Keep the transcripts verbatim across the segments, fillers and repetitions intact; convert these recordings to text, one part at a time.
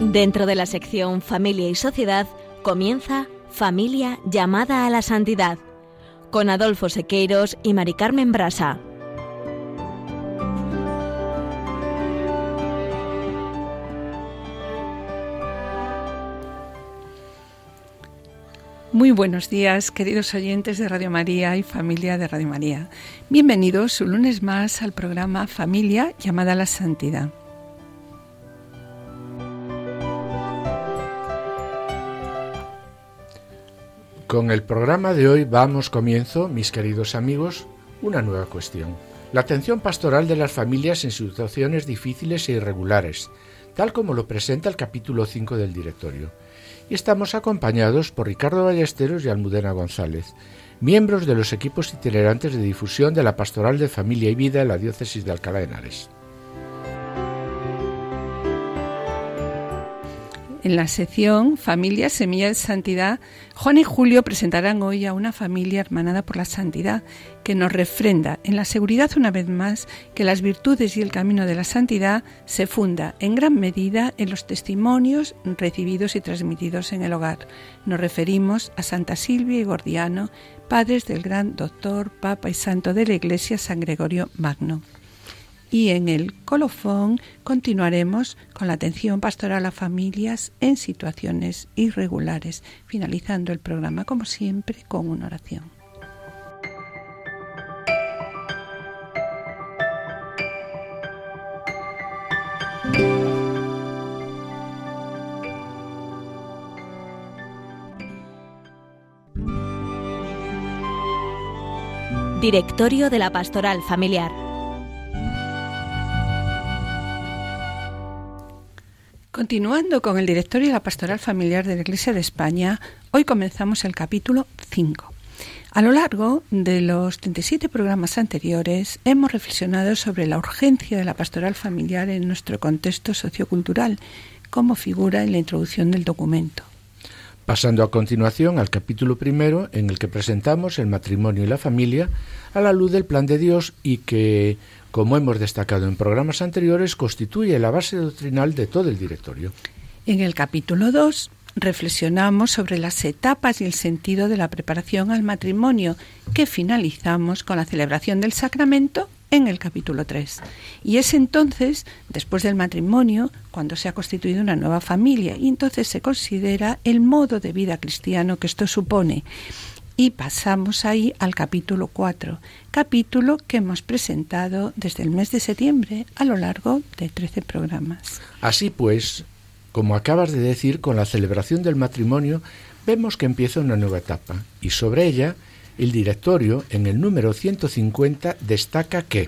Dentro de la sección Familia y Sociedad comienza Familia llamada a la santidad, con Adolfo Sequeiros y Mari Carmen Brasa. Muy buenos días, queridos oyentes de Radio María y familia de Radio María. Bienvenidos un lunes más al programa Familia llamada a la santidad. Con el programa de hoy damos comienzo, mis queridos amigos, una nueva cuestión. La atención pastoral de las familias en situaciones difíciles e irregulares, tal como lo presenta el capítulo cinco del directorio. Y estamos acompañados por Ricardo Ballesteros y Almudena González, miembros de los equipos itinerantes de difusión de la Pastoral de Familia y Vida en la Diócesis de Alcalá de Henares. En la sección Familia Semilla de Santidad, Juan y Julio presentarán hoy a una familia hermanada por la santidad, que nos refrenda en la seguridad una vez más que las virtudes y el camino de la santidad se funda en gran medida en los testimonios recibidos y transmitidos en el hogar. Nos referimos a Santa Silvia y Gordiano, padres del gran doctor, papa y santo de la Iglesia San Gregorio Magno. Y en el colofón continuaremos con la atención pastoral a familias en situaciones irregulares, finalizando el programa, como siempre, con una oración. Directorio de la Pastoral Familiar. Continuando con el directorio de la Pastoral Familiar de la Iglesia de España, hoy comenzamos el capítulo cinco. A lo largo de los treinta y siete programas anteriores hemos reflexionado sobre la urgencia de la pastoral familiar en nuestro contexto sociocultural, como figura en la introducción del documento. Pasando a continuación al capítulo primero, en el que presentamos el matrimonio y la familia a la luz del plan de Dios y que, como hemos destacado en programas anteriores, constituye la base doctrinal de todo el directorio. En el capítulo dos reflexionamos sobre las etapas y el sentido de la preparación al matrimonio, que finalizamos con la celebración del sacramento en el capítulo tres. Y es entonces, después del matrimonio, cuando se ha constituido una nueva familia, y entonces se considera el modo de vida cristiano que esto supone. Y pasamos ahí al capítulo cuatro, capítulo que hemos presentado desde el mes de septiembre a lo largo de trece programas. Así pues, como acabas de decir, con la celebración del matrimonio vemos que empieza una nueva etapa, y sobre ella el directorio, en el número ciento cincuenta, destaca que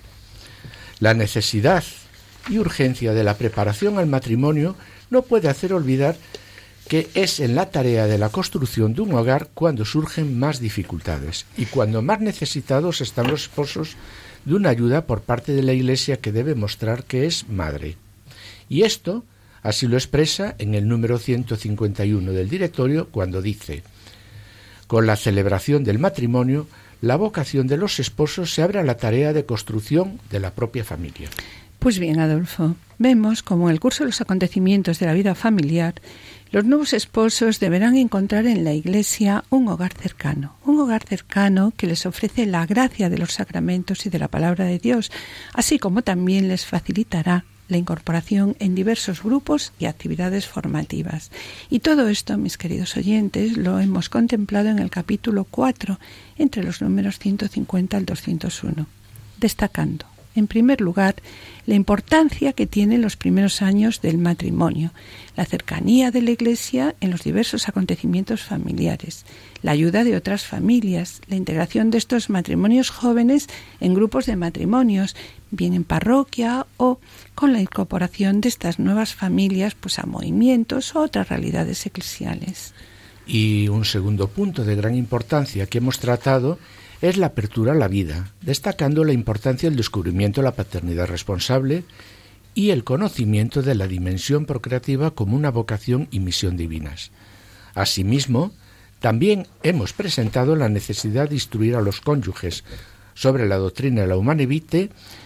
la necesidad y urgencia de la preparación al matrimonio no puede hacer olvidar que es en la tarea de la construcción de un hogar cuando surgen más dificultades y cuando más necesitados están los esposos de una ayuda por parte de la Iglesia, que debe mostrar que es madre. Y esto así lo expresa en el número ciento cincuenta y uno del directorio, cuando dice: con la celebración del matrimonio, la vocación de los esposos se abre a la tarea de construcción de la propia familia. Pues bien, Adolfo, vemos como en el curso de los acontecimientos de la vida familiar, los nuevos esposos deberán encontrar en la Iglesia un hogar cercano, un hogar cercano que les ofrece la gracia de los sacramentos y de la palabra de Dios, así como también les facilitará la incorporación en diversos grupos y actividades formativas. Y todo esto, mis queridos oyentes, lo hemos contemplado en el capítulo cuatro, entre los números ciento cincuenta al doscientos uno, destacando, en primer lugar, la importancia que tienen los primeros años del matrimonio, la cercanía de la Iglesia en los diversos acontecimientos familiares, la ayuda de otras familias, la integración de estos matrimonios jóvenes en grupos de matrimonios, bien en parroquia o con la incorporación de estas nuevas familias pues a movimientos o otras realidades eclesiales. Y un segundo punto de gran importancia que hemos tratado es la apertura a la vida, destacando la importancia del descubrimiento de la paternidad responsable y el conocimiento de la dimensión procreativa como una vocación y misión divinas. Asimismo, también hemos presentado la necesidad de instruir a los cónyuges sobre la doctrina de la Humanae Vitae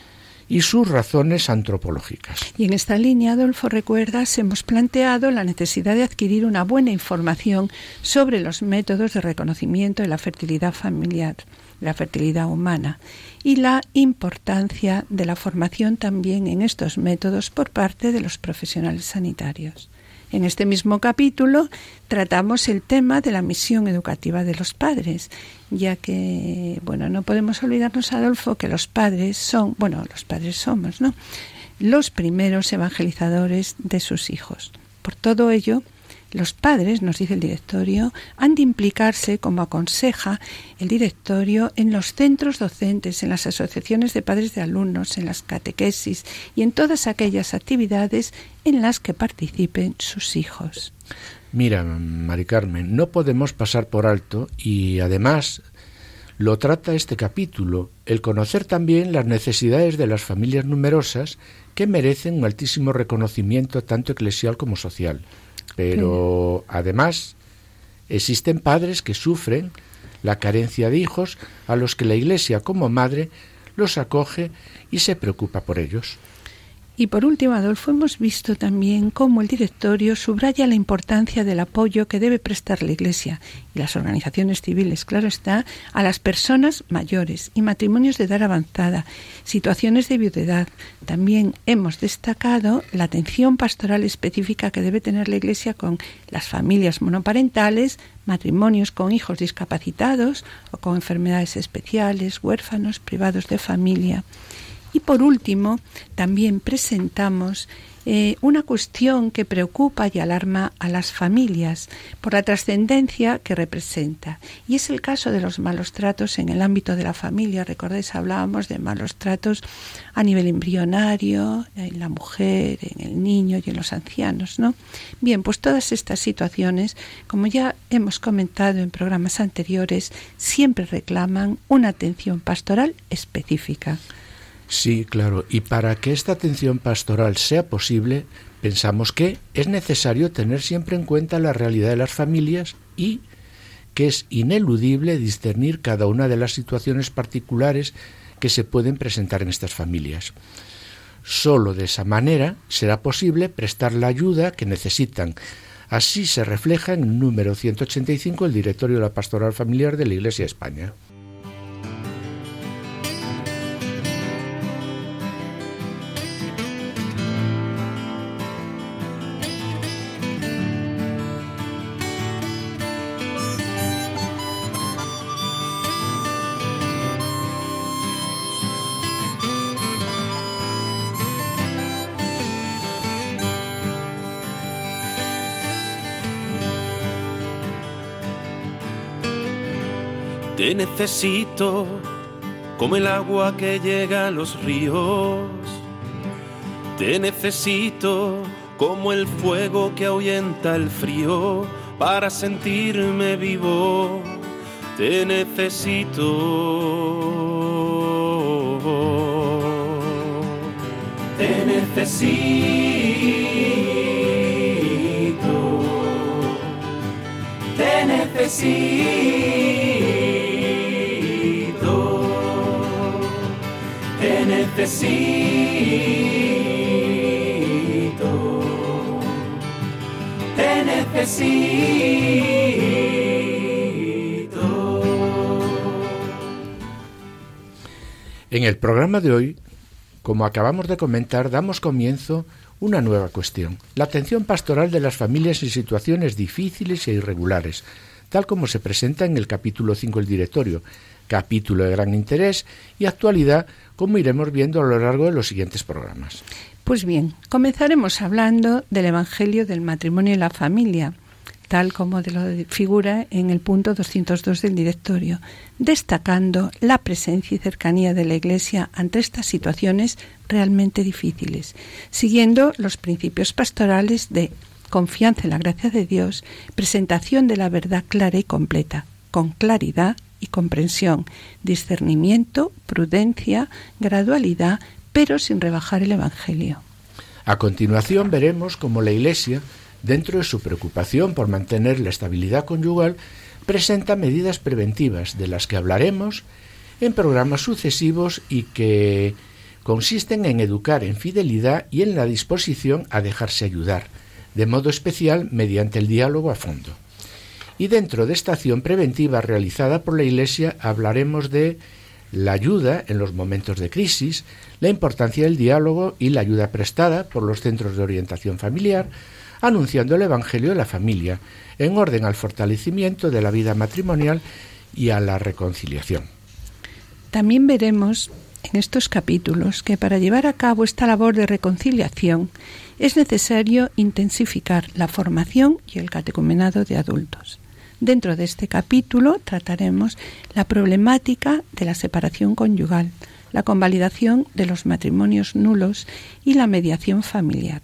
y sus razones antropológicas. Y en esta línea, Adolfo, recuerdas, hemos planteado la necesidad de adquirir una buena información sobre los métodos de reconocimiento de la fertilidad familiar, la fertilidad humana, y la importancia de la formación también en estos métodos por parte de los profesionales sanitarios. En este mismo capítulo tratamos el tema de la misión educativa de los padres, ya que, bueno, no podemos olvidarnos, Adolfo, que los padres son, bueno, los padres somos, ¿no?, los primeros evangelizadores de sus hijos. Por todo ello, los padres, nos dice el directorio, han de implicarse, como aconseja el directorio, en los centros docentes, en las asociaciones de padres de alumnos, en las catequesis y en todas aquellas actividades en las que participen sus hijos. Mira, Mari Carmen, no podemos pasar por alto, y además lo trata este capítulo, el conocer también las necesidades de las familias numerosas que merecen un altísimo reconocimiento tanto eclesial como social. Pero además existen padres que sufren la carencia de hijos a los que la Iglesia como madre los acoge y se preocupa por ellos. Y por último, Adolfo, hemos visto también cómo el directorio subraya la importancia del apoyo que debe prestar la Iglesia y las organizaciones civiles, claro está, a las personas mayores y matrimonios de edad avanzada, situaciones de viudedad. También hemos destacado la atención pastoral específica que debe tener la Iglesia con las familias monoparentales, matrimonios con hijos discapacitados o con enfermedades especiales, huérfanos, privados de familia. Y por último, también presentamos eh, una cuestión que preocupa y alarma a las familias por la trascendencia que representa. Y es el caso de los malos tratos en el ámbito de la familia. Recordáis, hablábamos de malos tratos a nivel embrionario, en la mujer, en el niño y en los ancianos, ¿no? Bien, pues todas estas situaciones, como ya hemos comentado en programas anteriores, siempre reclaman una atención pastoral específica. Sí, claro. Y para que esta atención pastoral sea posible, pensamos que es necesario tener siempre en cuenta la realidad de las familias y que es ineludible discernir cada una de las situaciones particulares que se pueden presentar en estas familias. Solo de esa manera será posible prestar la ayuda que necesitan. Así se refleja en el número ciento ochenta y cinco del Directorio de la Pastoral Familiar de la Iglesia de España. Te necesito como el agua que llega a los ríos. Te necesito como el fuego que ahuyenta el frío para sentirme vivo. Te necesito. Te necesito. Te necesito. Te necesito, te necesito. En el programa de hoy, como acabamos de comentar, damos comienzo una nueva cuestión, la atención pastoral de las familias en situaciones difíciles e irregulares, tal como se presenta en el capítulo cinco del Directorio, capítulo de gran interés y actualidad, como iremos viendo a lo largo de los siguientes programas. Pues bien, comenzaremos hablando del Evangelio del matrimonio y la familia, tal como de lo figura en el punto doscientos dos del Directorio, destacando la presencia y cercanía de la Iglesia ante estas situaciones realmente difíciles, siguiendo los principios pastorales de confianza en la gracia de Dios, presentación de la verdad clara y completa, con claridad y comprensión, discernimiento, prudencia, gradualidad, pero sin rebajar el Evangelio. A continuación veremos cómo la Iglesia, dentro de su preocupación por mantener la estabilidad conyugal, presenta medidas preventivas de las que hablaremos en programas sucesivos y que consisten en educar en fidelidad y en la disposición a dejarse ayudar, de modo especial mediante el diálogo a fondo. Y dentro de esta acción preventiva realizada por la Iglesia hablaremos de la ayuda en los momentos de crisis, la importancia del diálogo y la ayuda prestada por los centros de orientación familiar, anunciando el Evangelio de la familia, en orden al fortalecimiento de la vida matrimonial y a la reconciliación. También veremos en estos capítulos que para llevar a cabo esta labor de reconciliación es necesario intensificar la formación y el catecumenado de adultos. Dentro de este capítulo trataremos la problemática de la separación conyugal, la convalidación de los matrimonios nulos y la mediación familiar.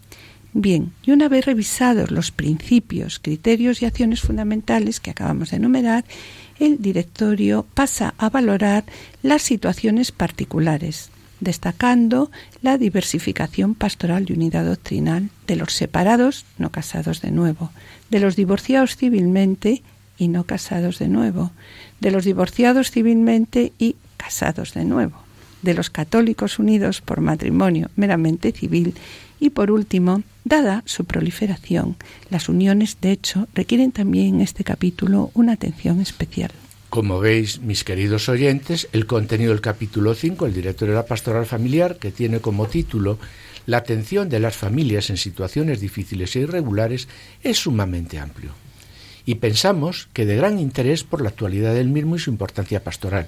Bien, y una vez revisados los principios, criterios y acciones fundamentales que acabamos de enumerar, el directorio pasa a valorar las situaciones particulares, destacando la diversificación pastoral y unidad doctrinal de los separados no casados de nuevo, de los divorciados civilmente y no casados de nuevo, de los divorciados civilmente y casados de nuevo, de los católicos unidos por matrimonio meramente civil y, por último, dada su proliferación, las uniones, de hecho, requieren también en este capítulo una atención especial. Como veis, mis queridos oyentes, el contenido del capítulo cinco, el directorio de la pastoral familiar, que tiene como título La atención de las familias en situaciones difíciles e irregulares, es sumamente amplio. Y pensamos que de gran interés por la actualidad del mismo y su importancia pastoral.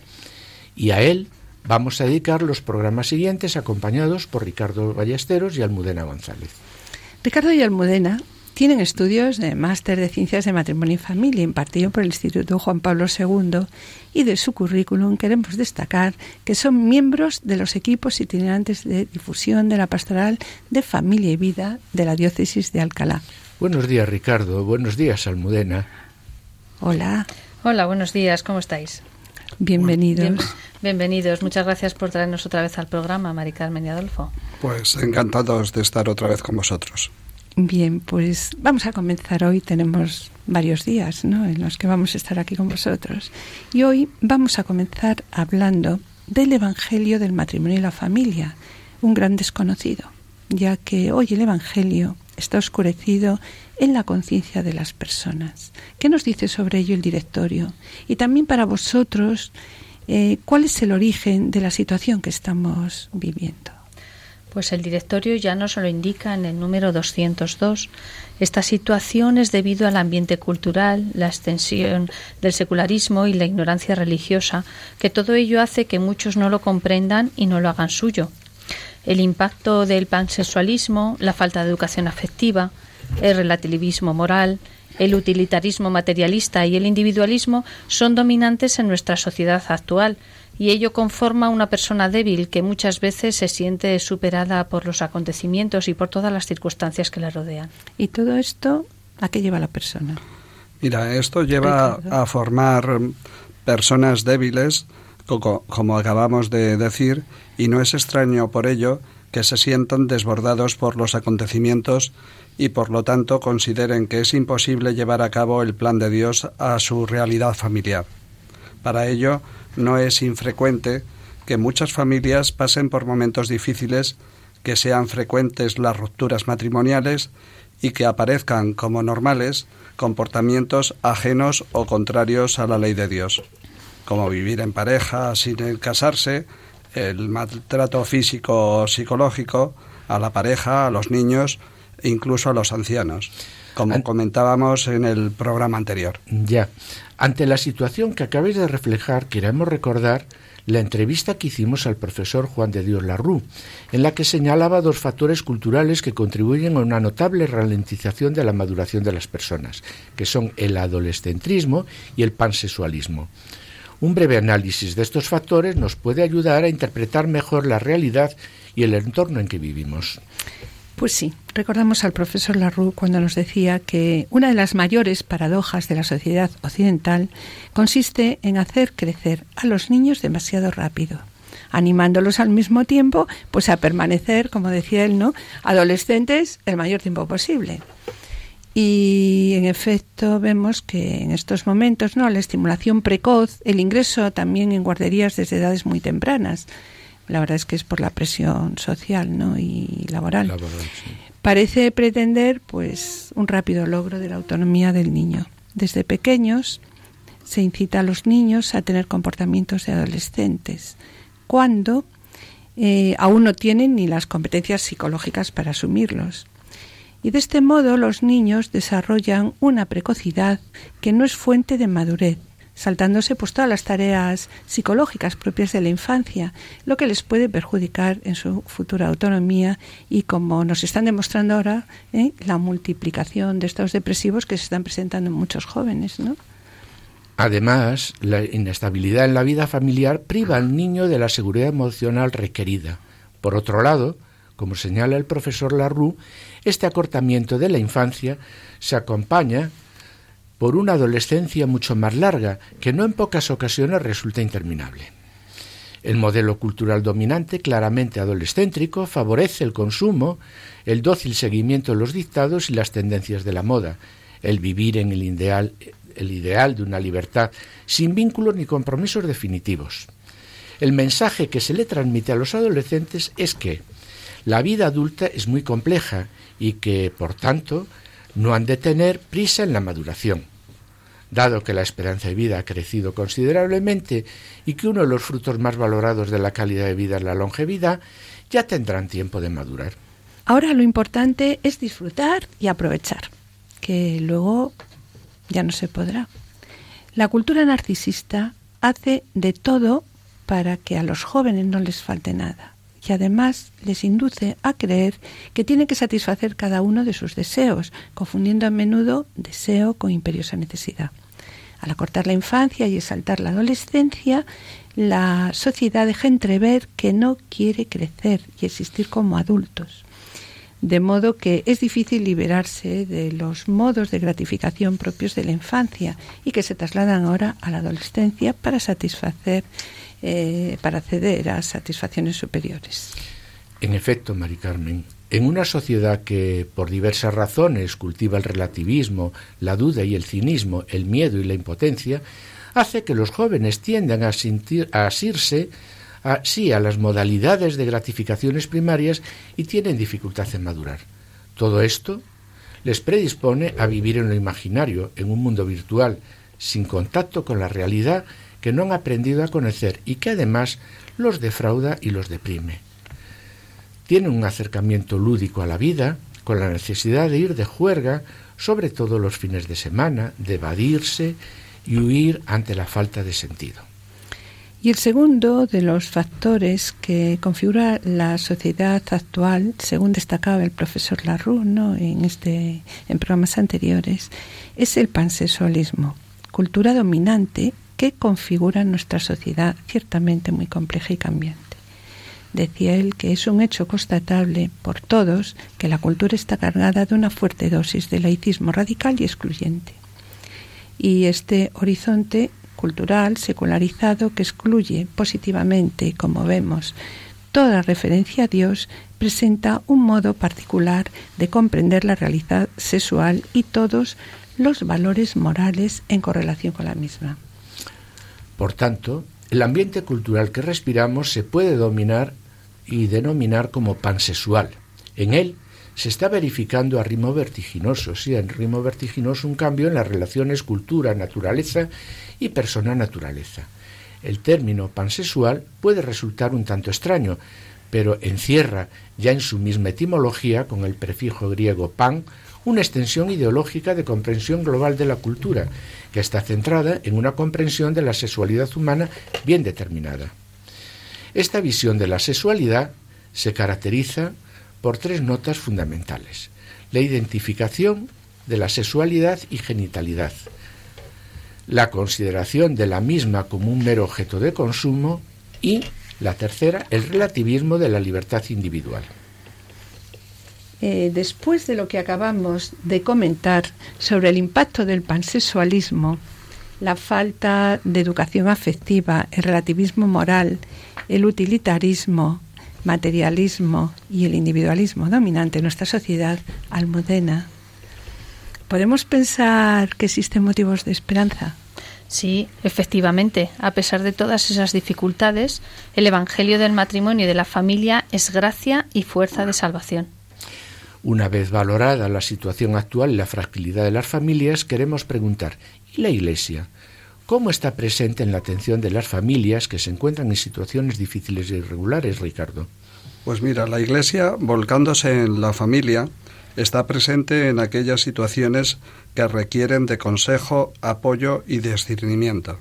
Y a él vamos a dedicar los programas siguientes, acompañados por Ricardo Ballesteros y Almudena González. Ricardo y Almudena tienen estudios de máster de Ciencias de Matrimonio y Familia impartido por el Instituto Juan Pablo segundo, y de su currículum queremos destacar que son miembros de los equipos itinerantes de difusión de la pastoral de familia y vida de la diócesis de Alcalá. Buenos días, Ricardo. Buenos días, Almudena. Hola. Hola, buenos días. ¿Cómo estáis? Bienvenidos. Bien, bienvenidos. Muchas gracias por traernos otra vez al programa, Mari Carmen y Adolfo. Pues encantados de estar otra vez con vosotros. Bien, pues vamos a comenzar hoy. Tenemos varios días, ¿no?, en los que vamos a estar aquí con vosotros. Y hoy vamos a comenzar hablando del Evangelio del matrimonio y la familia, un gran desconocido, ya que hoy el Evangelio está oscurecido en la conciencia de las personas. ¿Qué nos dice sobre ello el directorio? Y también para vosotros, eh, ¿cuál es el origen de la situación que estamos viviendo? Pues el directorio ya nos lo indica en el número doscientos dos. Esta situación es debido al ambiente cultural, la extensión del secularismo y la ignorancia religiosa, que todo ello hace que muchos no lo comprendan y no lo hagan suyo. El impacto del pansexualismo, la falta de educación afectiva, el relativismo moral, el utilitarismo materialista y el individualismo son dominantes en nuestra sociedad actual, y ello conforma una persona débil que muchas veces se siente superada por los acontecimientos y por todas las circunstancias que la rodean. ¿Y todo esto a qué lleva la persona? Mira, esto lleva Ricardo. a formar personas débiles, como, como acabamos de decir, y no es extraño por ello que se sientan desbordados por los acontecimientos y por lo tanto consideren que es imposible llevar a cabo el plan de Dios a su realidad familiar. Para ello, no es infrecuente que muchas familias pasen por momentos difíciles, que sean frecuentes las rupturas matrimoniales y que aparezcan como normales comportamientos ajenos o contrarios a la ley de Dios, como vivir en pareja sin casarse, el maltrato físico o psicológico a la pareja, a los niños e incluso a los ancianos, como An- comentábamos en el programa anterior. Ya. Ante la situación que acabáis de reflejar, queremos recordar la entrevista que hicimos al profesor Juan de Dios Larrú, en la que señalaba dos factores culturales que contribuyen a una notable ralentización de la maduración de las personas, que son el adolescentrismo y el pansexualismo. Un breve análisis de estos factores nos puede ayudar a interpretar mejor la realidad y el entorno en que vivimos. Pues sí, recordamos al profesor Larrú cuando nos decía que una de las mayores paradojas de la sociedad occidental consiste en hacer crecer a los niños demasiado rápido, animándolos al mismo tiempo pues a permanecer, como decía él, ¿no?, adolescentes el mayor tiempo posible. Y en efecto vemos que en estos momentos, ¿no?, la estimulación precoz, el ingreso también en guarderías desde edades muy tempranas, la verdad es que es por la presión social, ¿no?, y laboral. Laboral, sí. Parece pretender, pues, un rápido logro de la autonomía del niño. Desde pequeños se incita a los niños a tener comportamientos de adolescentes, cuando eh, aún no tienen ni las competencias psicológicas para asumirlos. Y de este modo los niños desarrollan una precocidad que no es fuente de madurez, saltándose pues todas las tareas psicológicas propias de la infancia, lo que les puede perjudicar en su futura autonomía y, como nos están demostrando ahora, ¿eh? la multiplicación de estados depresivos que se están presentando en muchos jóvenes, ¿no? Además, la inestabilidad en la vida familiar priva al niño de la seguridad emocional requerida. Por otro lado, como señala el profesor Larroux, este acortamiento de la infancia se acompaña por una adolescencia mucho más larga, que no en pocas ocasiones resulta interminable. El modelo cultural dominante, claramente adolescéntrico, favorece el consumo, el dócil seguimiento de los dictados y las tendencias de la moda, el vivir en el ideal, el ideal de una libertad sin vínculos ni compromisos definitivos. El mensaje que se le transmite a los adolescentes es que la vida adulta es muy compleja y que, por tanto, no han de tener prisa en la maduración. Dado que la esperanza de vida ha crecido considerablemente y que uno de los frutos más valorados de la calidad de vida es la longevidad, ya tendrán tiempo de madurar. Ahora lo importante es disfrutar y aprovechar, que luego ya no se podrá. La cultura narcisista hace de todo para que a los jóvenes no les falte nada. Y además les induce a creer que tienen que satisfacer cada uno de sus deseos, confundiendo a menudo deseo con imperiosa necesidad. Al acortar la infancia y exaltar la adolescencia, la sociedad deja entrever que no quiere crecer y existir como adultos. De modo que es difícil liberarse de los modos de gratificación propios de la infancia y que se trasladan ahora a la adolescencia para satisfacer Eh, para acceder a satisfacciones superiores. En efecto, Mari Carmen, en una sociedad que por diversas razones cultiva el relativismo, la duda y el cinismo, el miedo y la impotencia, hace que los jóvenes tiendan a, sentir, a asirse a, sí, a las modalidades de gratificaciones primarias y tienen dificultad en madurar. Todo esto les predispone a vivir en lo imaginario, en un mundo virtual, sin contacto con la realidad que no han aprendido a conocer y que además los defrauda y los deprime. Tienen un acercamiento lúdico a la vida, con la necesidad de ir de juerga, sobre todo los fines de semana, de evadirse y huir ante la falta de sentido. Y el segundo de los factores que configura la sociedad actual, según destacaba el profesor Larroux, ¿no?, en, este, en programas anteriores, es el pansexualismo, cultura dominante que configura nuestra sociedad ciertamente muy compleja y cambiante. Decía él que es un hecho constatable por todos que la cultura está cargada de una fuerte dosis de laicismo radical y excluyente. Y este horizonte cultural secularizado que excluye positivamente, como vemos, toda referencia a Dios, presenta un modo particular de comprender la realidad sexual y todos los valores morales en correlación con la misma. Por tanto, el ambiente cultural que respiramos se puede dominar y denominar como pansexual. En él se está verificando a ritmo vertiginoso, sí, a ritmo vertiginoso un cambio en las relaciones cultura-naturaleza y persona-naturaleza. El término pansexual puede resultar un tanto extraño, pero encierra ya en su misma etimología, con el prefijo griego pan, una extensión ideológica de comprensión global de la cultura, que está centrada en una comprensión de la sexualidad humana bien determinada. Esta visión de la sexualidad se caracteriza por tres notas fundamentales: la identificación de la sexualidad y genitalidad, la consideración de la misma como un mero objeto de consumo y, la tercera, el relativismo de la libertad individual. Eh, después de lo que acabamos de comentar sobre el impacto del pansexualismo, la falta de educación afectiva, el relativismo moral, el utilitarismo, materialismo y el individualismo dominante en nuestra sociedad, Almudena, ¿podemos pensar que existen motivos de esperanza? Sí, efectivamente, a pesar de todas esas dificultades, el Evangelio del matrimonio y de la familia es gracia y fuerza de salvación. Una vez valorada la situación actual y la fragilidad de las familias, queremos preguntar, ¿y la Iglesia? ¿Cómo está presente en la atención de las familias que se encuentran en situaciones difíciles e irregulares, Ricardo? Pues mira, la Iglesia, volcándose en la familia, está presente en aquellas situaciones que requieren de consejo, apoyo y discernimiento.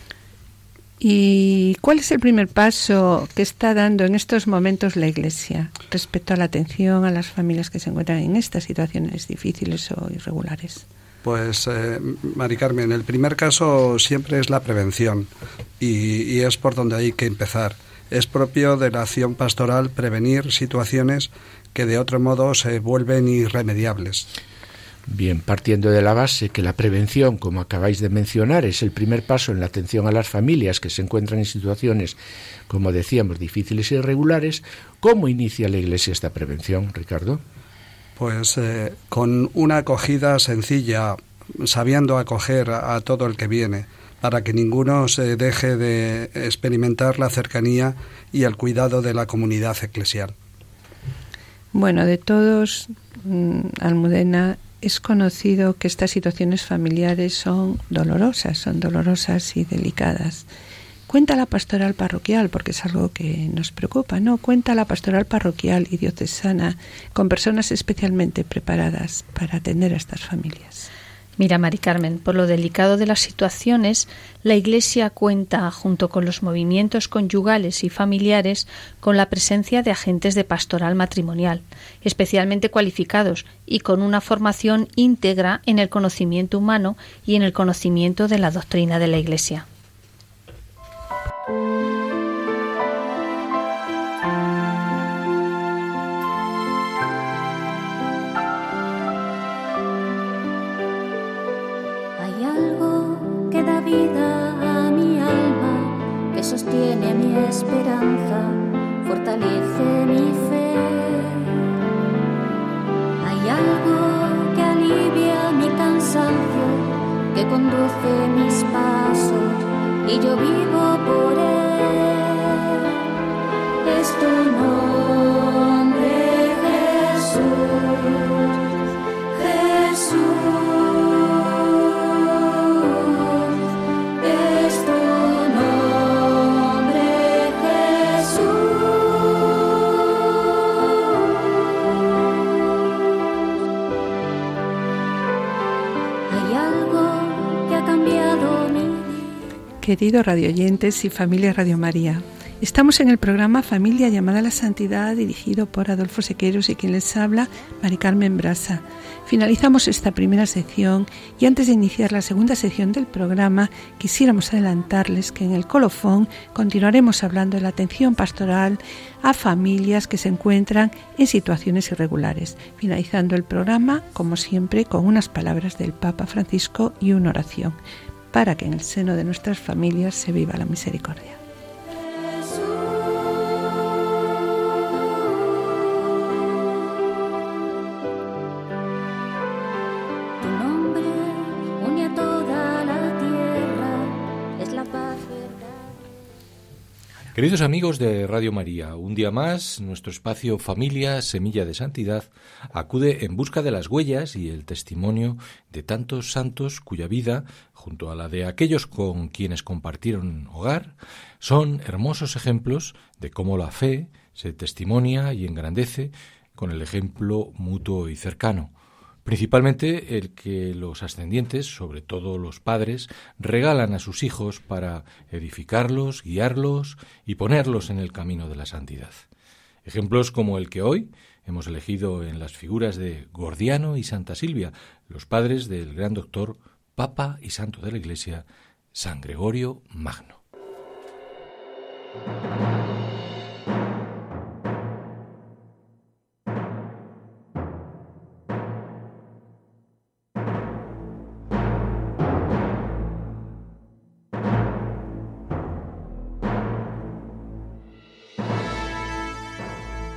¿Y cuál es el primer paso que está dando en estos momentos la Iglesia respecto a la atención a las familias que se encuentran en estas situaciones difíciles o irregulares? Pues, eh, Mari Carmen, el primer caso siempre es la prevención y, y es por donde hay que empezar. Es propio de la acción pastoral prevenir situaciones que de otro modo se vuelven irremediables. Bien, partiendo de la base que la prevención, como acabáis de mencionar, es el primer paso en la atención a las familias que se encuentran en situaciones, como decíamos, difíciles e irregulares, ¿cómo inicia la Iglesia esta prevención, Ricardo? Pues eh, con una acogida sencilla, sabiendo acoger a, a todo el que viene, para que ninguno se deje de experimentar la cercanía y el cuidado de la comunidad eclesial. Bueno, de todos, Almudena, es conocido que estas situaciones familiares son dolorosas, son dolorosas y delicadas. Cuenta la pastoral parroquial, porque es algo que nos preocupa, ¿no? Cuenta la pastoral parroquial y diocesana con personas especialmente preparadas para atender a estas familias. Mira, Mari Carmen, por lo delicado de las situaciones, la Iglesia cuenta, junto con los movimientos conyugales y familiares, con la presencia de agentes de pastoral matrimonial, especialmente cualificados y con una formación íntegra en el conocimiento humano y en el conocimiento de la doctrina de la Iglesia. Sostiene mi esperanza, fortalece mi fe. Hay algo que alivia mi cansancio, que conduce mis pasos y yo vivo por él. Es tu nombre, Jesús, Jesús. Queridos radioyentes y familia Radio María, estamos en el programa Familia llamada a la Santidad, dirigido por Adolfo Sequeiros y quien les habla, Mari Carmen Brasa. Finalizamos esta primera sección y antes de iniciar la segunda sección del programa, quisiéramos adelantarles que en el colofón continuaremos hablando de la atención pastoral a familias que se encuentran en situaciones irregulares, finalizando el programa, como siempre, con unas palabras del Papa Francisco y una oración, para que en el seno de nuestras familias se viva la misericordia. Tu nombre une a toda la tierra, es la paz, verdad. Queridos amigos de Radio María, un día más, nuestro espacio Familia, Semilla de Santidad, acude en busca de las huellas y el testimonio de tantos santos cuya vida, junto a la de aquellos con quienes compartieron hogar, son hermosos ejemplos de cómo la fe se testimonia y engrandece con el ejemplo mutuo y cercano. Principalmente el que los ascendientes, sobre todo los padres, regalan a sus hijos para edificarlos, guiarlos y ponerlos en el camino de la santidad. Ejemplos como el que hoy hemos elegido en las figuras de Gordiano y Santa Silvia, los padres del gran doctor, Papa y Santo de la Iglesia, San Gregorio Magno.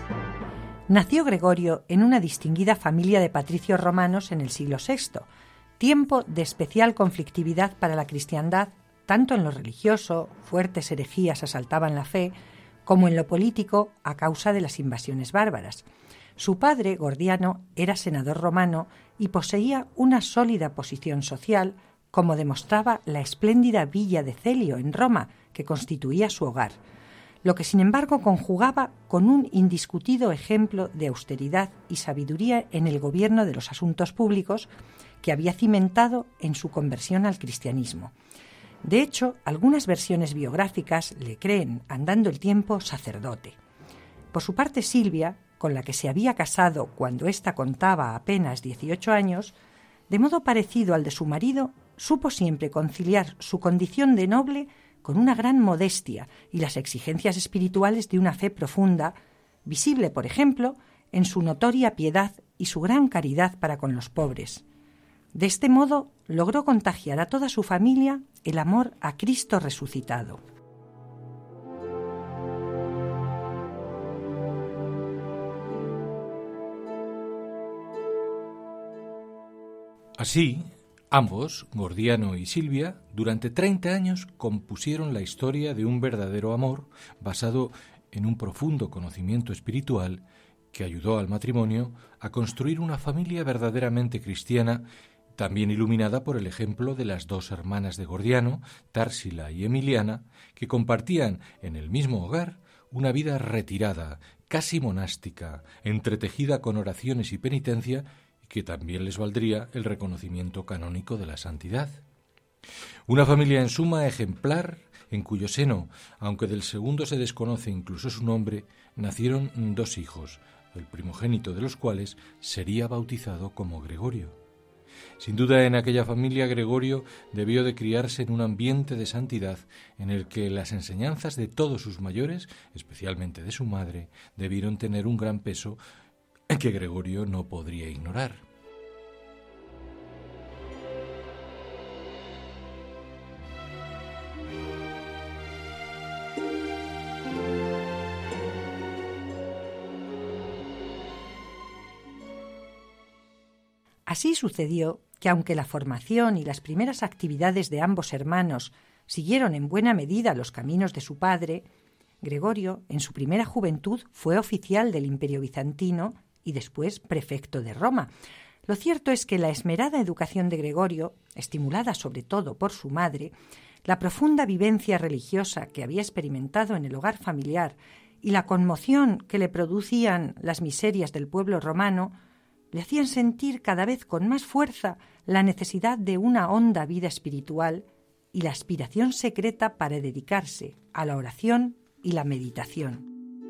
Nació Gregorio en una distinguida familia de patricios romanos en el siglo sexto, tiempo de especial conflictividad para la cristiandad, tanto en lo religioso, fuertes herejías asaltaban la fe, como en lo político a causa de las invasiones bárbaras. Su padre, Gordiano, era senador romano y poseía una sólida posición social, como demostraba la espléndida villa de Celio en Roma, que constituía su hogar, lo que sin embargo conjugaba con un indiscutido ejemplo de austeridad y sabiduría en el gobierno de los asuntos públicos que había cimentado en su conversión al cristianismo. De hecho, algunas versiones biográficas le creen, andando el tiempo, sacerdote. Por su parte, Silvia, con la que se había casado cuando ésta contaba apenas dieciocho años, de modo parecido al de su marido, supo siempre conciliar su condición de noble con una gran modestia y las exigencias espirituales de una fe profunda, visible, por ejemplo, en su notoria piedad y su gran caridad para con los pobres. De este modo, logró contagiar a toda su familia el amor a Cristo resucitado. Así, ambos, Gordiano y Silvia, durante treinta años compusieron la historia de un verdadero amor basado en un profundo conocimiento espiritual que ayudó al matrimonio a construir una familia verdaderamente cristiana, también iluminada por el ejemplo de las dos hermanas de Gordiano, Társila y Emiliana, que compartían en el mismo hogar una vida retirada, casi monástica, entretejida con oraciones y penitencia, que también les valdría el reconocimiento canónico de la santidad. Una familia en suma ejemplar, en cuyo seno, aunque del segundo se desconoce incluso su nombre, nacieron dos hijos, el primogénito de los cuales sería bautizado como Gregorio. Sin duda, en aquella familia Gregorio debió de criarse en un ambiente de santidad en el que las enseñanzas de todos sus mayores, especialmente de su madre, debieron tener un gran peso que Gregorio no podría ignorar. Así sucedió que, aunque la formación y las primeras actividades de ambos hermanos siguieron en buena medida los caminos de su padre, Gregorio, en su primera juventud, fue oficial del Imperio Bizantino y después prefecto de Roma. Lo cierto es que la esmerada educación de Gregorio, estimulada sobre todo por su madre, la profunda vivencia religiosa que había experimentado en el hogar familiar y la conmoción que le producían las miserias del pueblo romano, le hacían sentir cada vez con más fuerza la necesidad de una honda vida espiritual y la aspiración secreta para dedicarse a la oración y la meditación.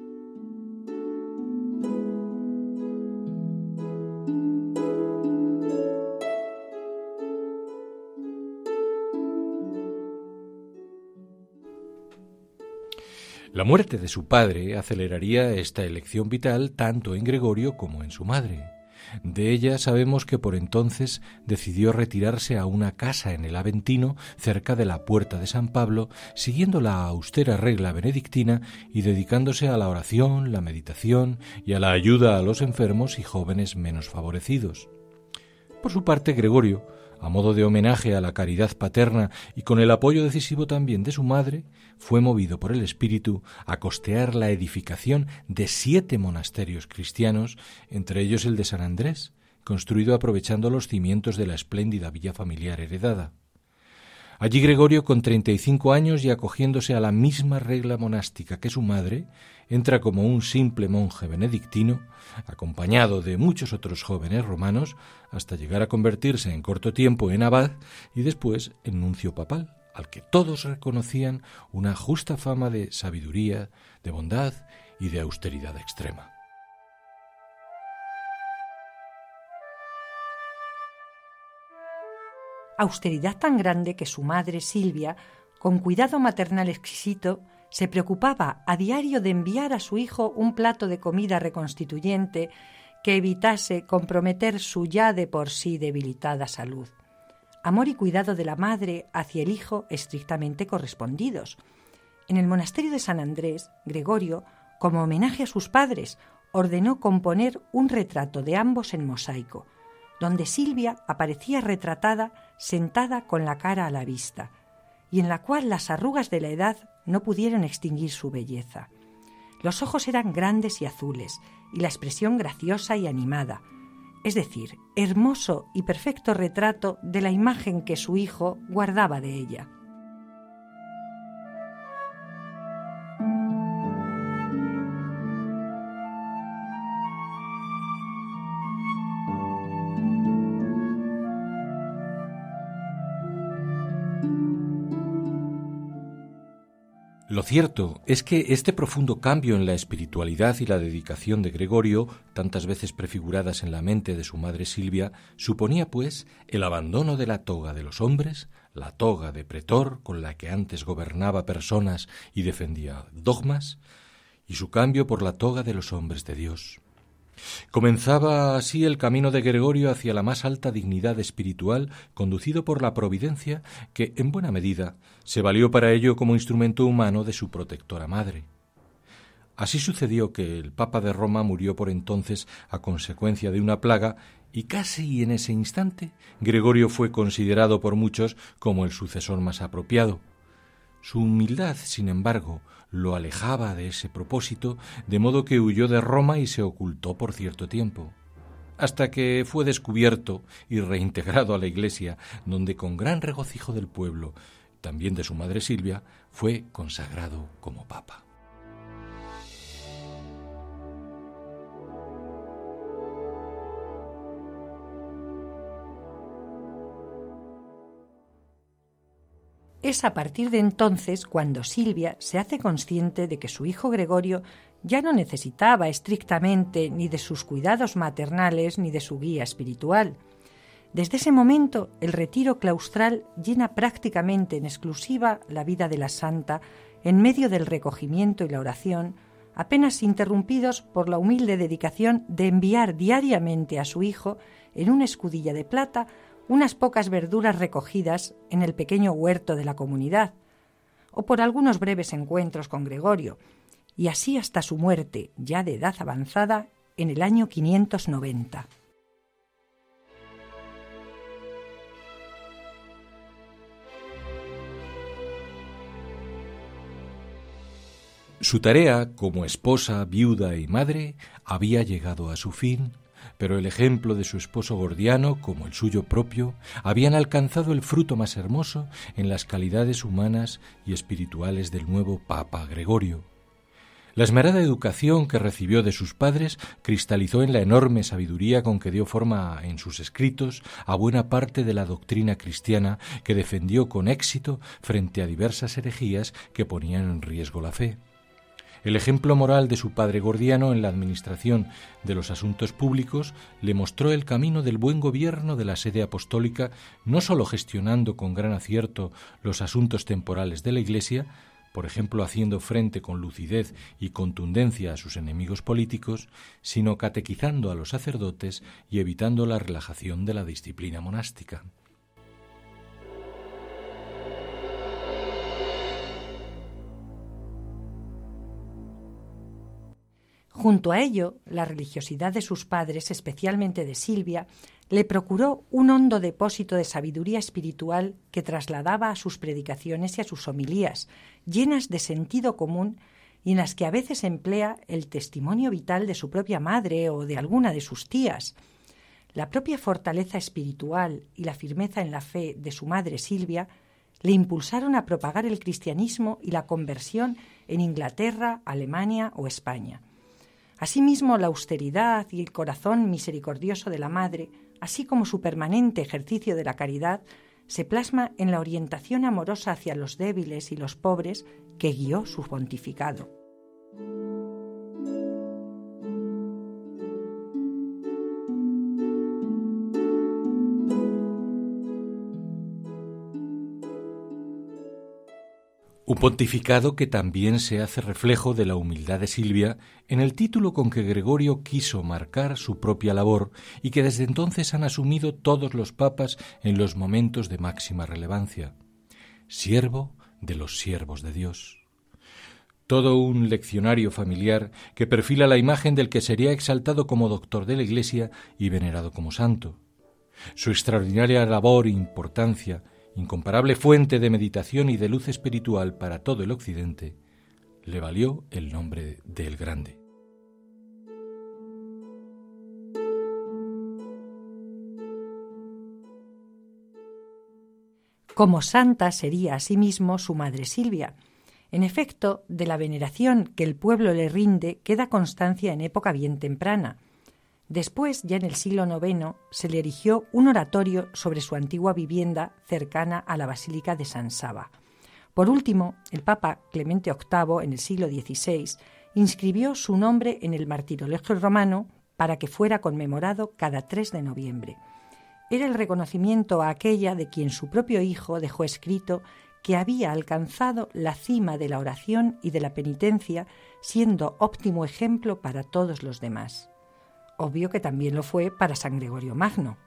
La muerte de su padre aceleraría esta elección vital tanto en Gregorio como en su madre. De ella sabemos que por entonces decidió retirarse a una casa en el Aventino, cerca de la Puerta de San Pablo, siguiendo la austera regla benedictina y dedicándose a la oración, la meditación y a la ayuda a los enfermos y jóvenes menos favorecidos. Por su parte, Gregorio, a modo de homenaje a la caridad paterna y con el apoyo decisivo también de su madre, fue movido por el espíritu a costear la edificación de siete monasterios cristianos, entre ellos el de San Andrés, construido aprovechando los cimientos de la espléndida villa familiar heredada. Allí Gregorio, con treinta y cinco años y acogiéndose a la misma regla monástica que su madre, entra como un simple monje benedictino, acompañado de muchos otros jóvenes romanos, hasta llegar a convertirse en corto tiempo en abad y después en nuncio papal, al que todos reconocían una justa fama de sabiduría, de bondad y de austeridad extrema. Austeridad tan grande que su madre, Silvia, con cuidado maternal exquisito, se preocupaba a diario de enviar a su hijo un plato de comida reconstituyente que evitase comprometer su ya de por sí debilitada salud. Amor y cuidado de la madre hacia el hijo estrictamente correspondidos. En el monasterio de San Andrés, Gregorio, como homenaje a sus padres, ordenó componer un retrato de ambos en mosaico. donde Silvia aparecía retratada sentada con la cara a la vista, y en la cual las arrugas de la edad no pudieron extinguir su belleza. Los ojos eran grandes y azules, y la expresión graciosa y animada, es decir, hermoso y perfecto retrato de la imagen que su hijo guardaba de ella. Lo cierto es que este profundo cambio en la espiritualidad y la dedicación de Gregorio, tantas veces prefiguradas en la mente de su madre Silvia, suponía, pues, el abandono de la toga de los hombres, la toga de pretor con la que antes gobernaba personas y defendía dogmas, y su cambio por la toga de los hombres de Dios. Comenzaba así el camino de Gregorio hacia la más alta dignidad espiritual, conducido por la providencia, que, en buena medida, se valió para ello como instrumento humano de su protectora madre. Así sucedió que el Papa de Roma murió por entonces a consecuencia de una plaga, y casi en ese instante Gregorio fue considerado por muchos como el sucesor más apropiado. Su humildad, sin embargo, lo alejaba de ese propósito, de modo que huyó de Roma y se ocultó por cierto tiempo, hasta que fue descubierto y reintegrado a la Iglesia, donde con gran regocijo del pueblo, también de su madre Silvia, fue consagrado como papa. Es a partir de entonces cuando Silvia se hace consciente de que su hijo Gregorio ya no necesitaba estrictamente ni de sus cuidados maternales ni de su guía espiritual. Desde ese momento, el retiro claustral llena prácticamente en exclusiva la vida de la santa en medio del recogimiento y la oración, apenas interrumpidos por la humilde dedicación de enviar diariamente a su hijo, en una escudilla de plata, unas pocas verduras recogidas en el pequeño huerto de la comunidad, o por algunos breves encuentros con Gregorio, y así hasta su muerte, ya de edad avanzada, en el año quinientos noventa. Su tarea como esposa, viuda y madre había llegado a su fin, pero el ejemplo de su esposo Gordiano, como el suyo propio, habían alcanzado el fruto más hermoso en las calidades humanas y espirituales del nuevo Papa Gregorio. La esmerada educación que recibió de sus padres cristalizó en la enorme sabiduría con que dio forma en sus escritos a buena parte de la doctrina cristiana que defendió con éxito frente a diversas herejías que ponían en riesgo la fe. El ejemplo moral de su padre Gordiano en la administración de los asuntos públicos le mostró el camino del buen gobierno de la sede apostólica, no sólo gestionando con gran acierto los asuntos temporales de la Iglesia, por ejemplo haciendo frente con lucidez y contundencia a sus enemigos políticos, sino catequizando a los sacerdotes y evitando la relajación de la disciplina monástica. Junto a ello, la religiosidad de sus padres, especialmente de Silvia, le procuró un hondo depósito de sabiduría espiritual que trasladaba a sus predicaciones y a sus homilías, llenas de sentido común y en las que a veces emplea el testimonio vital de su propia madre o de alguna de sus tías. La propia fortaleza espiritual y la firmeza en la fe de su madre Silvia le impulsaron a propagar el cristianismo y la conversión en Inglaterra, Alemania o España. Asimismo, la austeridad y el corazón misericordioso de la madre, así como su permanente ejercicio de la caridad, se plasma en la orientación amorosa hacia los débiles y los pobres que guió su pontificado. Un pontificado que también se hace reflejo de la humildad de Silvia en el título con que Gregorio quiso marcar su propia labor y que desde entonces han asumido todos los papas en los momentos de máxima relevancia: siervo de los siervos de Dios. Todo un leccionario familiar que perfila la imagen del que sería exaltado como doctor de la Iglesia y venerado como santo. Su extraordinaria labor e importancia, incomparable fuente de meditación y de luz espiritual para todo el Occidente, le valió el nombre de El Grande. Como santa sería asimismo su madre Silvia. En efecto, de la veneración que el pueblo le rinde queda constancia en época bien temprana. Después, ya en el siglo noveno, se le erigió un oratorio sobre su antigua vivienda cercana a la Basílica de San Saba. Por último, el Papa Clemente octavo, en el siglo dieciséis, inscribió su nombre en el martirologio romano para que fuera conmemorado cada tres de noviembre. Era el reconocimiento a aquella de quien su propio hijo dejó escrito que había alcanzado la cima de la oración y de la penitencia, siendo óptimo ejemplo para todos los demás. Obvio que también lo fue para San Gregorio Magno.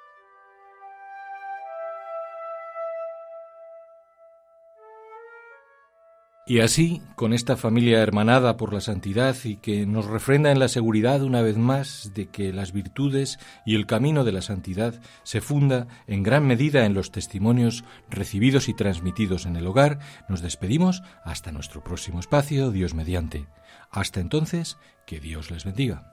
Y así, con esta familia hermanada por la santidad y que nos refrenda en la seguridad una vez más de que las virtudes y el camino de la santidad se funda en gran medida en los testimonios recibidos y transmitidos en el hogar, nos despedimos hasta nuestro próximo espacio, Dios mediante. Hasta entonces, que Dios les bendiga.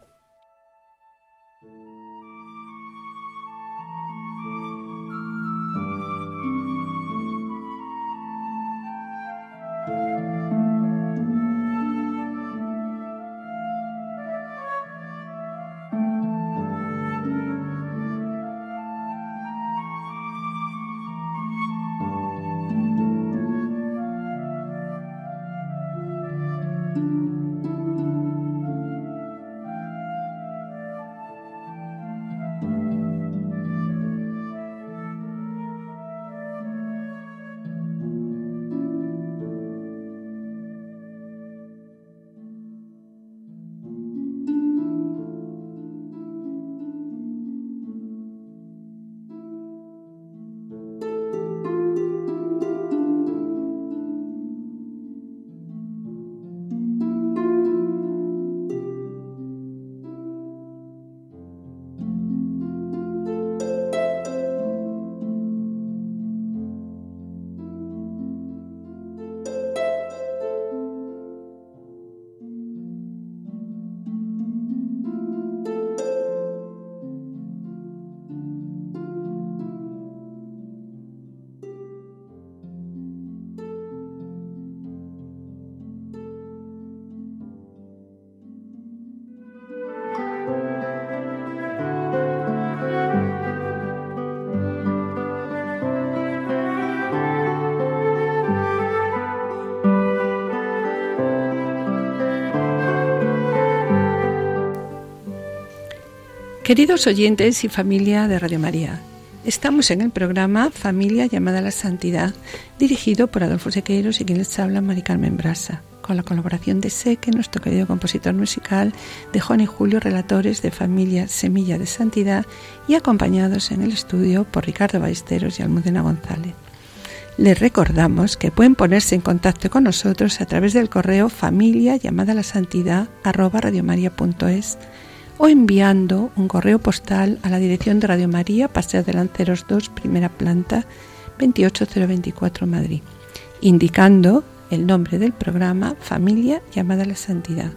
Queridos oyentes y familia de Radio María, estamos en el programa Familia llamada a la Santidad, dirigido por Adolfo Sequeiros y quien les habla, Mari Carmen Brasa, con la colaboración de Seque, nuestro querido compositor musical, de Juan y Julio, relatores de Familia Semilla de Santidad, y acompañados en el estudio por Ricardo Ballesteros y Almudena González. Les recordamos que pueden ponerse en contacto con nosotros a través del correo familia llamada a la santidad arroba radiomaria punto es o enviando un correo postal a la dirección de Radio María, Paseo de Lanceros dos, primera planta, veintiocho mil veinticuatro, Madrid, indicando el nombre del programa Familia llamada a la Santidad.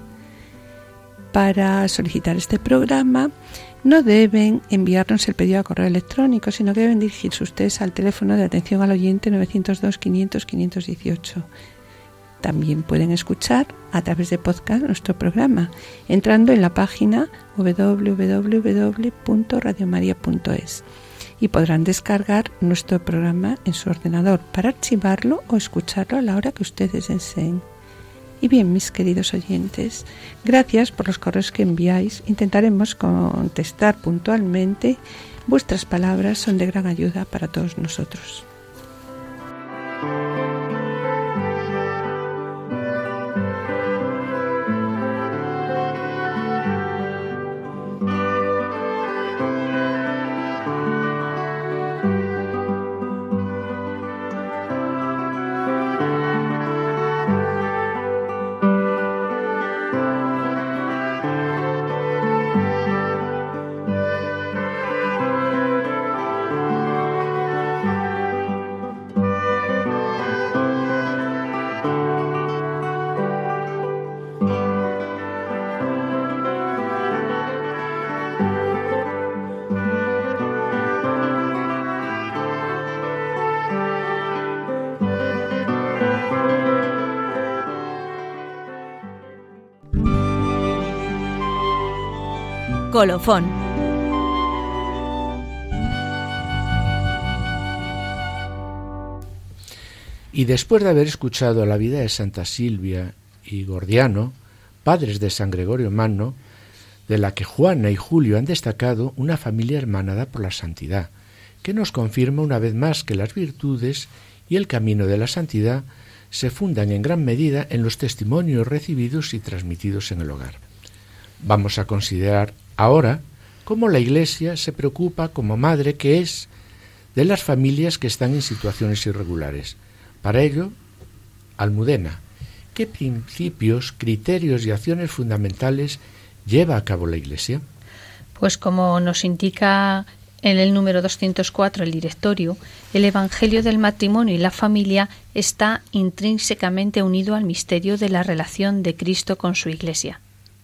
Para solicitar este programa no deben enviarnos el pedido a correo electrónico, sino que deben dirigirse ustedes al teléfono de atención al oyente novecientos dos, quinientos, quinientos dieciocho. También pueden escuchar a través de podcast nuestro programa, entrando en la página doble u doble u doble u punto radiomaria punto es, y podrán descargar nuestro programa en su ordenador para archivarlo o escucharlo a la hora que ustedes deseen. Y bien, mis queridos oyentes, gracias por los correos que enviáis. Intentaremos contestar puntualmente. Vuestras palabras son de gran ayuda para todos nosotros. Colofón. Y después de haber escuchado la vida de Santa Silvia y Gordiano, padres de San Gregorio Magno, de la que Juana y Julio han destacado una familia hermanada por la santidad, que nos confirma una vez más que las virtudes y el camino de la santidad se fundan en gran medida en los testimonios recibidos y transmitidos en el hogar. Vamos a considerar ahora cómo la Iglesia se preocupa como madre que es de las familias que están en situaciones irregulares. Para ello, Almudena, ¿qué principios, criterios y acciones fundamentales lleva a cabo la Iglesia? Pues como nos indica en el número doscientos cuatro el directorio, el Evangelio del matrimonio y la familia está intrínsecamente unido al misterio de la relación de Cristo con su Iglesia.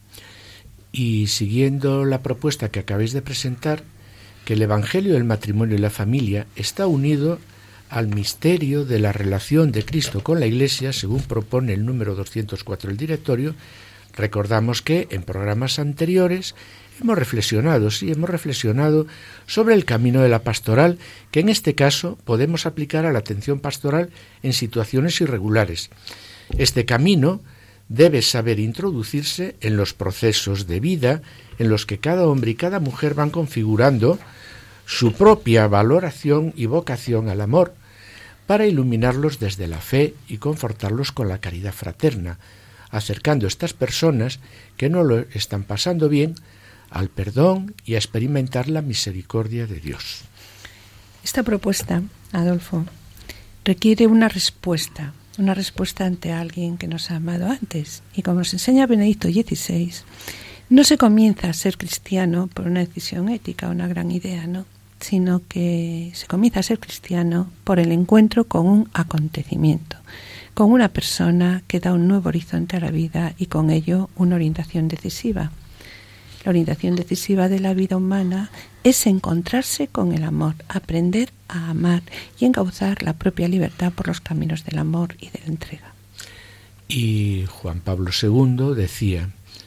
Y siguiendo la propuesta que acabáis de presentar, que el Evangelio del matrimonio y la familia está unido al misterio de la relación de Cristo con la Iglesia, según propone el número doscientos cuatro del directorio, recordamos que en programas anteriores hemos reflexionado, sí, hemos reflexionado sobre el camino de la pastoral, que en este caso podemos aplicar a la atención pastoral en situaciones irregulares. Este camino debe saber introducirse en los procesos de vida en los que cada hombre y cada mujer van configurando su propia valoración y vocación al amor, para iluminarlos desde la fe y confortarlos con la caridad fraterna, acercando a estas personas que no lo están pasando bien al perdón y a experimentar la misericordia de Dios. Esta propuesta, Adolfo, requiere una respuesta, una respuesta ante alguien que nos ha amado antes. Y como nos enseña Benedicto dieciséis, no se comienza a ser cristiano por una decisión ética, una gran idea, ¿no? Sino que se comienza a ser cristiano por el encuentro con un acontecimiento, con una persona que da un nuevo horizonte a la vida y con ello una orientación decisiva. La orientación decisiva de la vida humana es encontrarse con el amor, aprender a amar y encauzar la propia libertad por los caminos del amor y de la entrega. Y Juan Pablo segundo decía: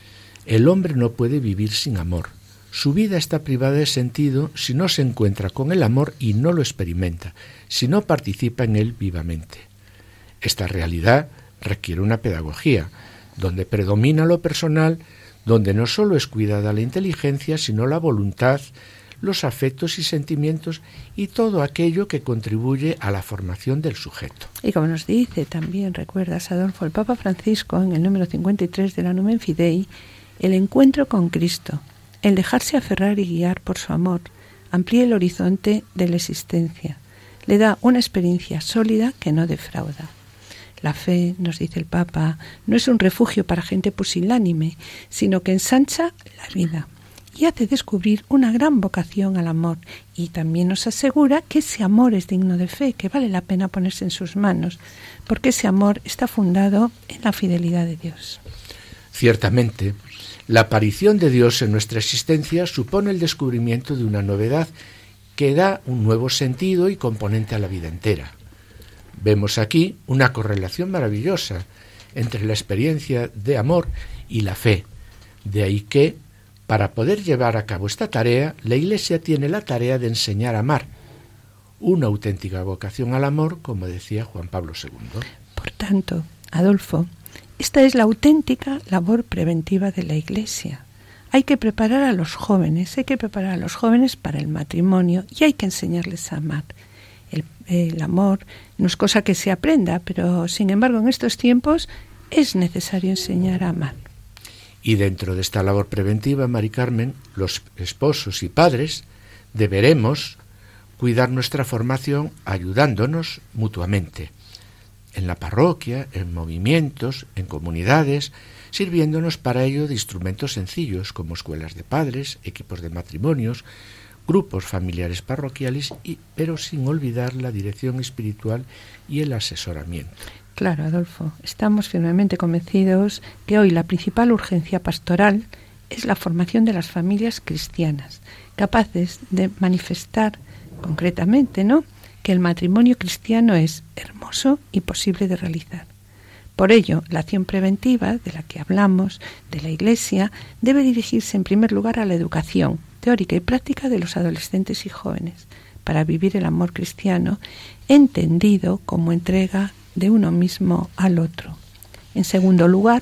el hombre no puede vivir sin amor. Su vida está privada de sentido si no se encuentra con el amor y no lo experimenta, si no participa en él vivamente. Esta realidad requiere una pedagogía, donde predomina lo personal, donde no solo es cuidada la inteligencia, sino la voluntad, los afectos y sentimientos y todo aquello que contribuye a la formación del sujeto. Y como nos dice también, recuerdas, Adolfo, el Papa Francisco, en el número cincuenta y tres de la Numen Fidei, el encuentro con Cristo, el dejarse aferrar y guiar por su amor, amplía el horizonte de la existencia, le da una experiencia sólida que no defrauda. La fe, nos dice el Papa, no es un refugio para gente pusilánime, sino que ensancha la vida y hace descubrir una gran vocación al amor, y también nos asegura que ese amor es digno de fe, que vale la pena ponerse en sus manos, porque ese amor está fundado en la fidelidad de Dios. Ciertamente, la aparición de Dios en nuestra existencia supone el descubrimiento de una novedad que da un nuevo sentido y componente a la vida entera. Vemos aquí una correlación maravillosa entre la experiencia de amor y la fe. De ahí que, para poder llevar a cabo esta tarea, la Iglesia tiene la tarea de enseñar a amar, una auténtica vocación al amor, como decía Juan Pablo segundo. Por tanto, Adolfo, esta es la auténtica labor preventiva de la Iglesia. Hay que preparar a los jóvenes, hay que preparar a los jóvenes para el matrimonio y hay que enseñarles a amar. El, el amor no es cosa que se aprenda, pero sin embargo en estos tiempos es necesario enseñar a amar. Y dentro de esta labor preventiva, Mari Carmen, los esposos y padres deberemos cuidar nuestra formación ayudándonos mutuamente. En la parroquia, en movimientos, en comunidades, sirviéndonos para ello de instrumentos sencillos como escuelas de padres, equipos de matrimonios, grupos familiares parroquiales, y, pero sin olvidar la dirección espiritual y el asesoramiento. Claro, Adolfo, estamos firmemente convencidos que hoy la principal urgencia pastoral es la formación de las familias cristianas, capaces de manifestar concretamente, ¿no?, que el matrimonio cristiano es hermoso y posible de realizar. Por ello, la acción preventiva de la que hablamos de la Iglesia debe dirigirse en primer lugar a la educación teórica y práctica de los adolescentes y jóvenes para vivir el amor cristiano entendido como entrega de uno mismo al otro. En segundo lugar,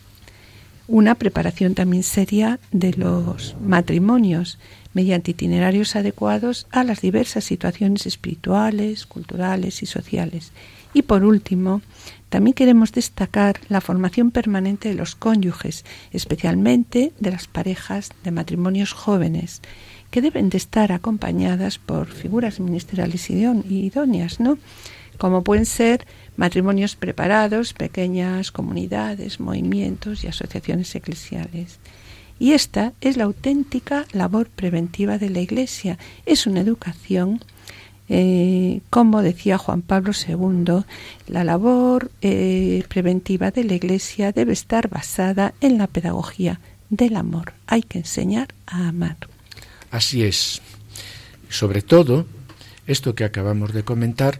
una preparación también seria de los matrimonios mediante itinerarios adecuados a las diversas situaciones espirituales, culturales y sociales. Y por último, también queremos destacar la formación permanente de los cónyuges, especialmente de las parejas de matrimonios jóvenes, que deben de estar acompañadas por figuras ministeriales idóneas, ¿no? Como pueden ser matrimonios preparados, pequeñas comunidades, movimientos y asociaciones eclesiales. Y esta es la auténtica labor preventiva de la Iglesia. Es una educación, eh, como decía Juan Pablo segundo, la labor eh, preventiva de la Iglesia debe estar basada en la pedagogía del amor. Hay que enseñar a amar. Así es. Sobre todo, esto que acabamos de comentar,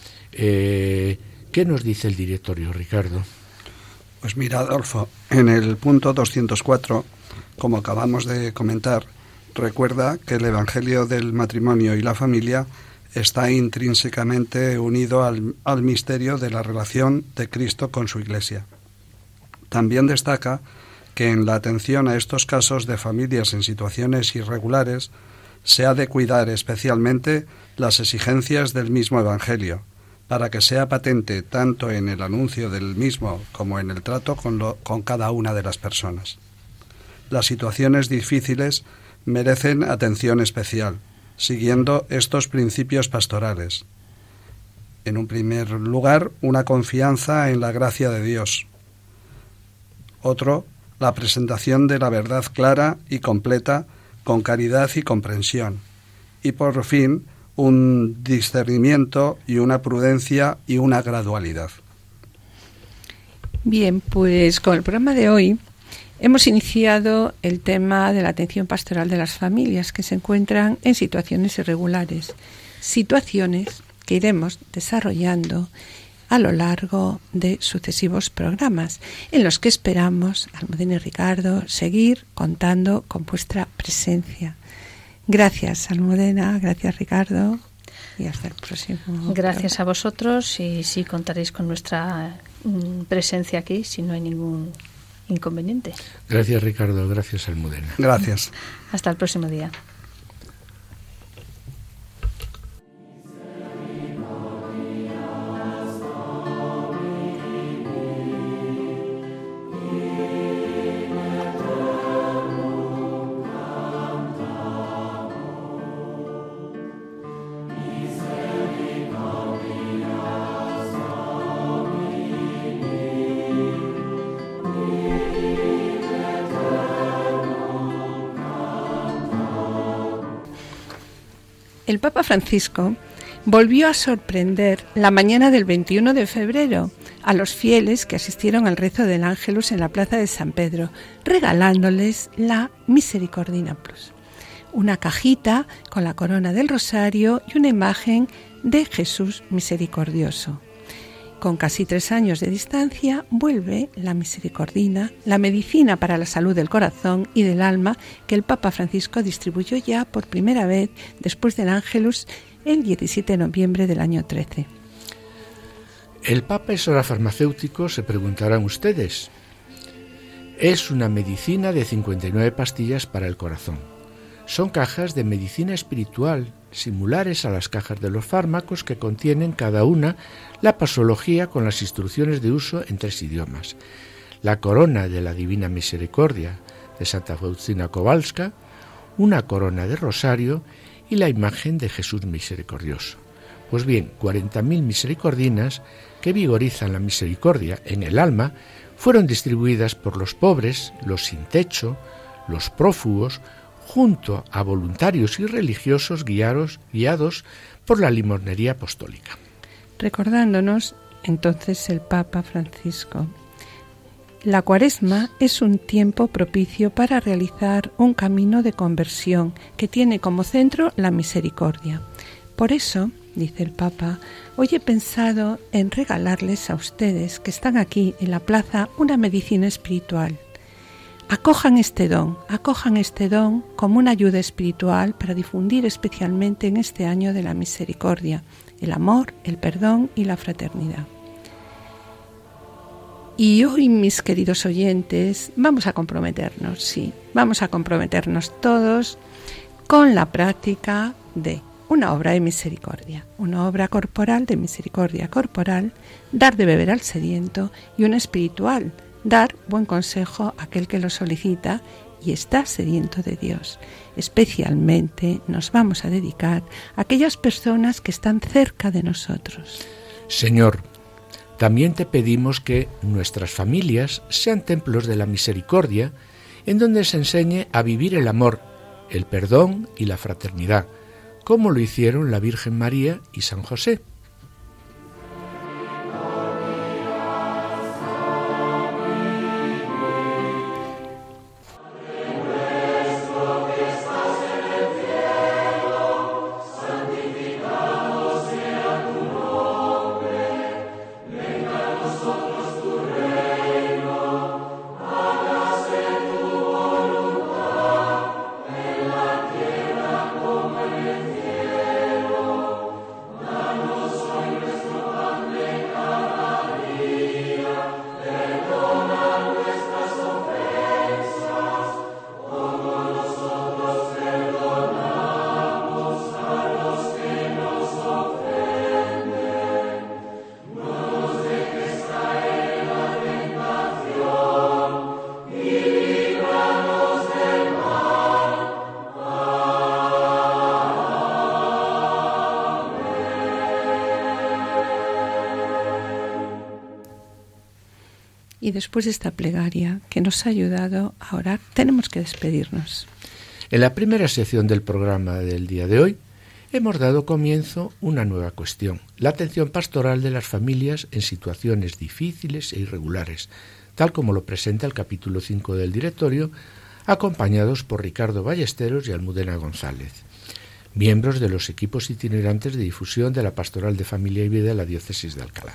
eh, ¿qué nos dice el directorio, Ricardo? Pues mira, Adolfo, en el punto doscientos cuatro, como acabamos de comentar, recuerda que el Evangelio del matrimonio y la familia está intrínsecamente unido al, al misterio de la relación de Cristo con su Iglesia. También destaca que en la atención a estos casos de familias en situaciones irregulares se ha de cuidar especialmente las exigencias del mismo Evangelio, para que sea patente tanto en el anuncio del mismo como en el trato con, lo, con cada una de las personas. Las situaciones difíciles merecen atención especial, siguiendo estos principios pastorales. En un primer lugar, una confianza en la gracia de Dios. Otro, la presentación de la verdad clara y completa, con caridad y comprensión. Y por fin, un discernimiento y una prudencia y una gradualidad. Bien, pues con el programa de hoy hemos iniciado el tema de la atención pastoral de las familias que se encuentran en situaciones irregulares, situaciones que iremos desarrollando a lo largo de sucesivos programas, en los que esperamos, Almudena y Ricardo, seguir contando con vuestra presencia. Gracias, Almudena, gracias, Ricardo, y hasta el próximo. Gracias programa. A vosotros, y sí contaréis con nuestra mm, presencia aquí, si no hay ningún inconveniente. Gracias, Ricardo, gracias, Almudena. Gracias. Hasta el próximo día. El Papa Francisco volvió a sorprender la mañana del veintiuno de febrero a los fieles que asistieron al rezo del Ángelus en la plaza de San Pedro, regalándoles la Misericordina Plus, una cajita con la corona del rosario y una imagen de Jesús misericordioso. Con casi tres años de distancia, vuelve la Misericordina, la medicina para la salud del corazón y del alma que el Papa Francisco distribuyó ya por primera vez después del Ángelus el diecisiete de noviembre del año trece. ¿El Papa es ahora farmacéutico?, se preguntarán ustedes. Es una medicina de cincuenta y nueve pastillas para el corazón. Son cajas de medicina espiritual, similares a las cajas de los fármacos, que contienen cada una la pasología con las instrucciones de uso en tres idiomas. La corona de la Divina Misericordia de Santa Faustina Kowalska, una corona de rosario y la imagen de Jesús misericordioso. Pues bien, cuarenta mil misericordinas que vigorizan la misericordia en el alma fueron distribuidas por los pobres, los sin techo, los prófugos, junto a voluntarios y religiosos guiados, guiados por la limosnería apostólica. Recordándonos entonces el Papa Francisco: la Cuaresma es un tiempo propicio para realizar un camino de conversión que tiene como centro la misericordia. Por eso, dice el Papa, hoy he pensado en regalarles a ustedes que están aquí en la plaza una medicina espiritual. Acojan este don, acojan este don como una ayuda espiritual para difundir especialmente en este año de la misericordia, el amor, el perdón y la fraternidad. Y hoy, mis queridos oyentes, vamos a comprometernos, sí, vamos a comprometernos todos con la práctica de una obra de misericordia, una obra corporal de misericordia corporal, dar de beber al sediento, y una espiritual, dar buen consejo a aquel que lo solicita y está sediento de Dios. Especialmente nos vamos a dedicar a aquellas personas que están cerca de nosotros. Señor, también te pedimos que nuestras familias sean templos de la misericordia, en donde se enseñe a vivir el amor, el perdón y la fraternidad, como lo hicieron la Virgen María y San José. Y después de esta plegaria que nos ha ayudado a orar, tenemos que despedirnos. En la primera sección del programa del día de hoy hemos dado comienzo a una nueva cuestión, la atención pastoral de las familias en situaciones difíciles e irregulares, tal como lo presenta el capítulo cinco del directorio, acompañados por Ricardo Ballesteros y Almudena González, miembros de los equipos itinerantes de difusión de la Pastoral de Familia y Vida de la Diócesis de Alcalá.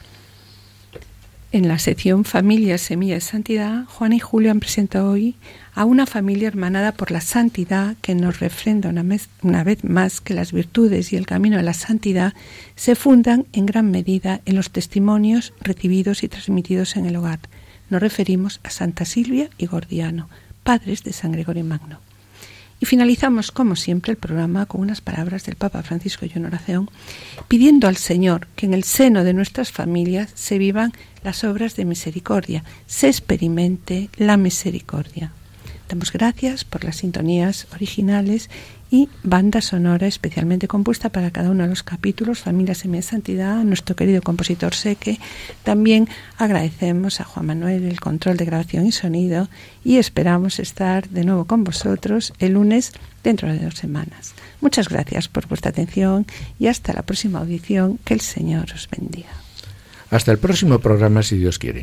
En la sección Familia, Semilla de Santidad, Juana y Julio han presentado hoy a una familia hermanada por la santidad que nos refrenda una, mes, una vez más que las virtudes y el camino de la santidad se fundan en gran medida en los testimonios recibidos y transmitidos en el hogar. Nos referimos a Santa Silvia y Gordiano, padres de San Gregorio Magno. Y finalizamos, como siempre, el programa con unas palabras del Papa Francisco y una oración, pidiendo al Señor que en el seno de nuestras familias se vivan las obras de misericordia, se experimente la misericordia. Damos gracias por las sintonías originales y banda sonora especialmente compuesta para cada uno de los capítulos, Familia, Semilla de Santidad, a nuestro querido compositor Seque. También agradecemos a Juan Manuel el control de grabación y sonido y esperamos estar de nuevo con vosotros el lunes dentro de dos semanas. Muchas gracias por vuestra atención y hasta la próxima audición. Que el Señor os bendiga. Hasta el próximo programa, si Dios quiere.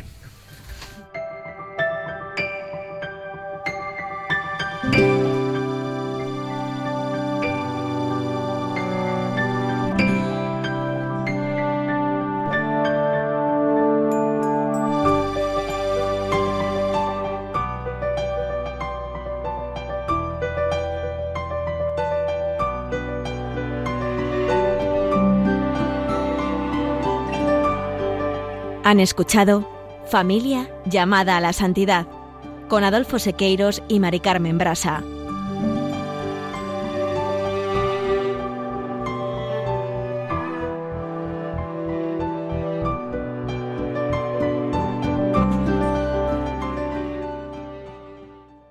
Han escuchado Familia llamada a la santidad con Adolfo Sequeiros y Mari Carmen Brasa.